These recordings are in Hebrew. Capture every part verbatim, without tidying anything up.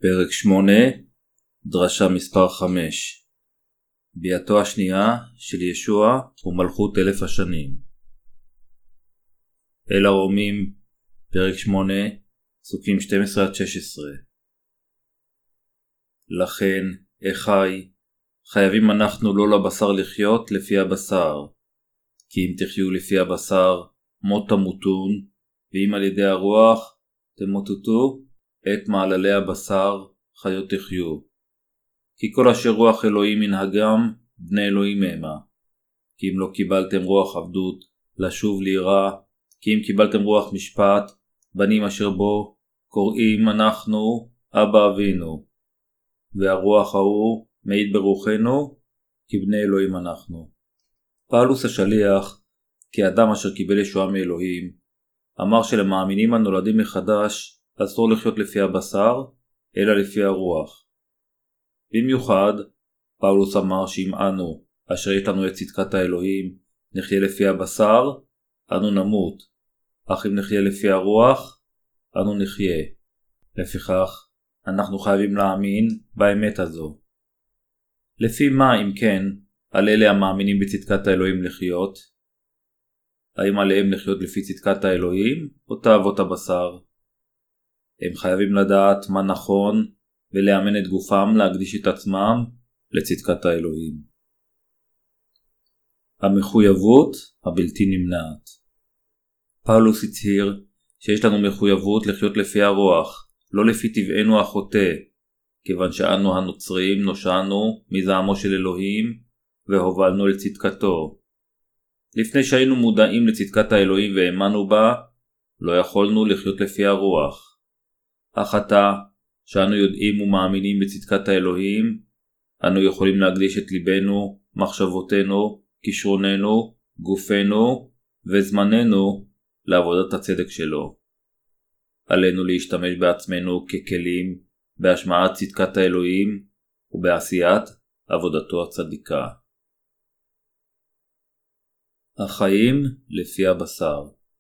פרק שמונה, דרשה מספר חמש. ביאתו השנייה של ישוע ומלכות אלף השנים. אל הרומים, פרק שמונה, פסוקים שתים עשרה עד שש עשרה. לכן, אחי, חייבים אנחנו לא לבשר לחיות לפי הבשר, כי אם תחיו לפי הבשר, מות תמותון, ואם על ידי הרוח תמותתו, את מעללי הבשר חיות תחיו. כי כל אשר רוח אלוהים מנהגם, בני אלוהים המה. כי אם לא קיבלתם רוח עבדות, לשוב ליראה, כי אם קיבלתם רוח משפט, בנים אשר בו, קוראים אנחנו אבא אבינו. והרוח ההוא מעיד ברוחנו, כי בני אלוהים אנחנו. פאולוס השליח, כי אדם אשר קיבל ישועה מאלוהים, אמר שלמאמינים הנולדים מחדש, אסור לחיות לפי הבשר, אלא לפי הרוח. במיוחד, פאולוס אמר שאם אנו, אשר יש לנו את צדקת האלוהים, נחיה לפי הבשר, אנו נמות. אך אם נחיה לפי הרוח, אנו נחיה. לפיכך, אנחנו חייבים להאמין באמת הזו. לפי מה, אם כן, על אלה המאמינים בצדקת האלוהים לחיות? האם עליהם לחיות לפי צדקת האלוהים, או תאוות הבשר? הם חייבים לדעת מה נכון ולאמן את גופם להקדיש את עצמם לצדקת האלוהים. המחויבות הבלתי נמנעת. פאולוס הצהיר שיש לנו מחויבות לחיות לפי הרוח, לא לפי טבענו החוטא, כיוון שאנו הנוצרים נושענו מזעמו של אלוהים והובלנו לצדקתו. לפני שהיינו מודעים לצדקת האלוהים והאמנו בה, לא יכולנו לחיות לפי הרוח. אך עתה, שאנו יודעים ומאמינים בצדקת האלוהים, אנו יכולים להקדיש את ליבנו, מחשבותינו, כישרוננו, גופנו וזמננו לעבודת הצדק שלו. עלינו להשתמש בעצמנו ככלים בהשמעת צדקת האלוהים ובעשיית עבודתו הצדיקה. החיים לפי הבשר.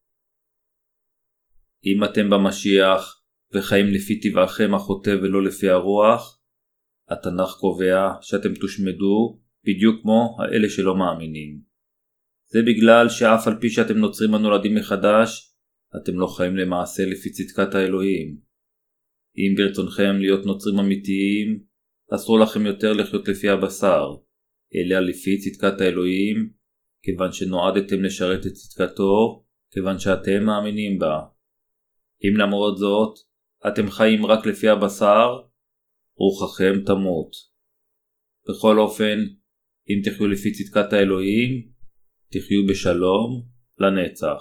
אם אתם במשיח וחיים לפי טבעכם החוטא ולא לפי הרוח, התנ"ך קובע שאתם תושמדו בדיוק כמו האלה שלא מאמינים. זה בגלל שאף על פי שאתם נוצרים הנולדים מחדש, אתם לא חיים למעשה לפי צדקת האלוהים. אם ברצונכם להיות נוצרים אמיתיים, אסור לכם יותר לחיות לפי הבשר, אלא לפי צדקת האלוהים, כיוון שנועדתם לשרת את צדקתו, כיוון שאתם מאמינים בה. אם למרות זאת, אתם חיים רק לפי הבשר, רוחכם תמות. בכל אופן, אם תחיו לפי צדקת האלוהים, תחיו בשלום לנצח.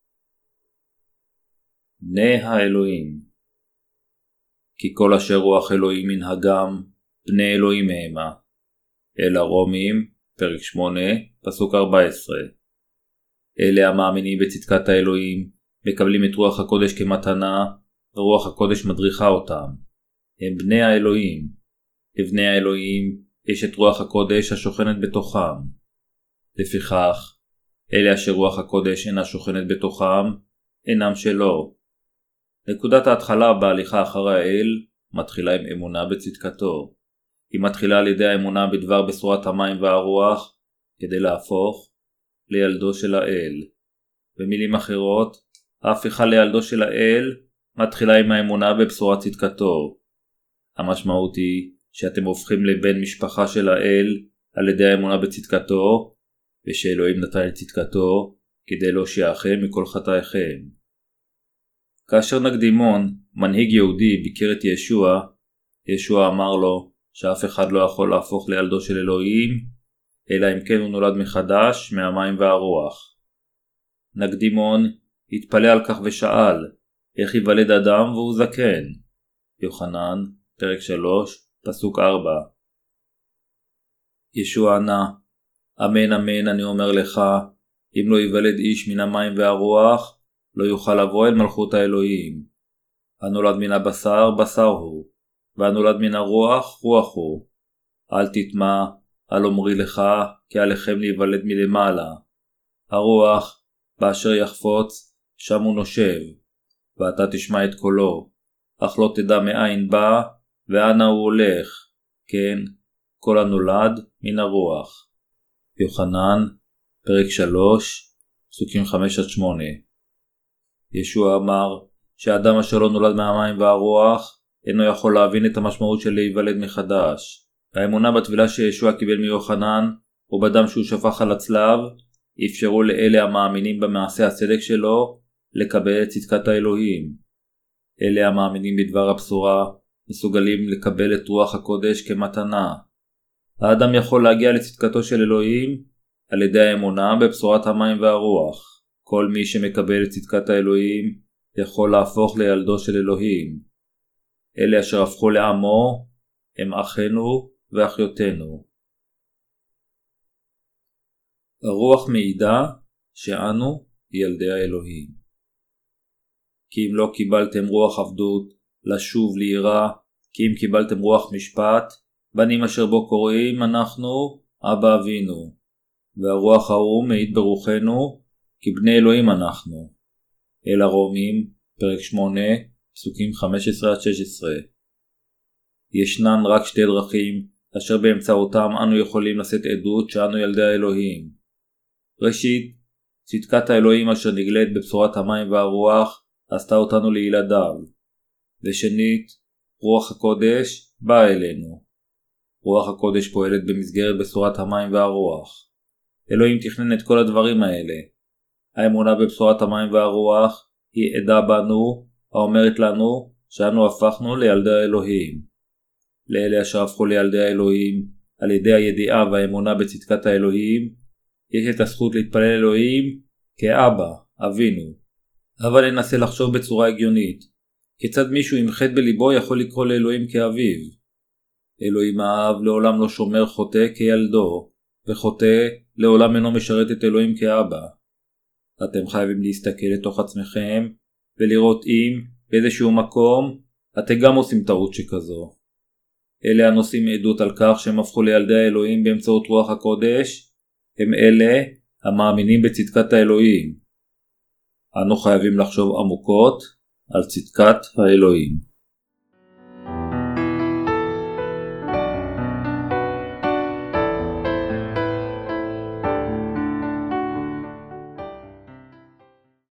בני האלוהים. כי כל אשר רוח אלוהים מנהגם, בני אלוהים המה. אל הרומים, פרק שמונה, פסוק ארבע עשרה. אלה המאמינים בצדקת האלוהים, מקבלים את רוח הקודש כמתנה, ורוח הקודש מדריכה אותם. הם בני האלוהים. לבני האלוהים יש את רוח הקודש השוכנת בתוכם. לפיכך, אלה אשר רוח הקודש אינה שוכנת בתוכם, אינם שלו. נקודת ההתחלה בהליכה אחר האל מתחילה עם אמונה בצדקתו. היא מתחילה על ידי האמונה בדבר בשורת המים והרוח, כדי להפוך לילדו של האל. במילים אחרות, ההפיכה לילדו של האל מתחילה עם האמונה בבשורת צדקתו. המשמעות היא שאתם הופכים לבן משפחה של האל על ידי האמונה בצדקתו, ושאלוהים נתן את צדקתו כדי להושיעכם מכל חטאיכם. כאשר נקדימון, מנהיג יהודי, ביקר את ישוע, ישוע אמר לו שאף אחד לא יכול להפוך לילדו של אלוהים, אלא אם כן הוא נולד מחדש מהמים והרוח. נקדימון התפלא על כך ושאל, איך ייוולד אדם והוא זקן? יוחנן, פרק שלוש, פסוק ארבע. ישוע ענה, אמן אמן אני אומר לך, אם לא ייוולד איש מן המים והרוח, לא יוכל לבוא אל מלכות האלוהים. הנולד מן הבשר, בשר הוא, והנולד מן הרוח, רוח הוא. אל תטמע, אל אומרי לך, כי עליכם להיוולד מלמעלה. הרוח, באשר יחפוץ, שם הוא נושב, ואתה תשמע את קולו, אך לא תדע מאין בא ואנה הוא הולך, כן, כל הנולד מן הרוח. יוחנן, פרק שלוש, פסוקים חמש עד שמונה. ישוע אמר שהאדם אשר לא נולד מהמים והרוח אינו יכול להבין את המשמעות של להיוולד מחדש. האמונה בתפילה שישוע קיבל מיוחנן ובדם שהוא שפך על הצלב אפשרו לאלה המאמינים במעשה הצדק שלו לקבל את צדקת האלוהים. אלה המאמינים בדבר הבשורה מסוגלים לקבל את רוח הקודש כמתנה. האדם יכול להגיע לצדקתו של אלוהים על ידי האמונה בבשורת המים והרוח. כל מי שמקבל את צדקת האלוהים יכול להפוך לילדו של אלוהים. אלה אשר הפכו לעמו הם אחינו ואחיותינו. הרוח מעידה שאנו ילדי האלוהים. כי אם לא קיבלתם רוח עבדות לשוב ליראה, כי אם קיבלתם רוח משפט, בנים אשר בו קוראים אנחנו אבא אבינו. והרוח ההוא מעיד ברוחנו כי בני אלוהים אנחנו. אל הרומים, פרק שמונה, פסוקים חמש עשרה עד שש עשרה. ישנן רק שתי דרכים אשר באמצעותם אנו יכולים לשאת עדות שאנו ילדי האלוהים. ראשית, צדקת האלוהים אשר נגלית בבשורת המים והרוח עשתה אותנו לילדיו. ושנית, רוח הקודש באה אלינו. רוח הקודש פועלת במסגרת בשורת המים והרוח. אלוהים תכנן את כל הדברים האלה. האמונה בבשורת המים והרוח היא עדה בנו, האומרת לנו שאנו הפכנו לילדי האלוהים. לאלה אשר הפכו לילדי האלוהים על ידי הידיעה והאמונה בצדקת האלוהים, יש את הזכות להתפלל אלוהים כאבא, אבינו. אבל ננסה לחשוב בצורה הגיונית. כיצד מישהו עם חטא בליבו יכול לקרוא לאלוהים כאביו? אלוהים האב לעולם לא שומר חוטא כילדו, וחוטא לעולם אינו משרת את אלוהים כאבא. אתם חייבים להסתכל לתוך עצמכם ולראות אם באיזשהו מקום אתם גם עושים טעות שכזו. אלה הנושאים עדות על כך שהם הפכו לילדי האלוהים באמצעות רוח הקודש, הם אלה המאמינים בצדקת האלוהים. אנו חייבים לחשוב עמוקות על צדקת האלוהים.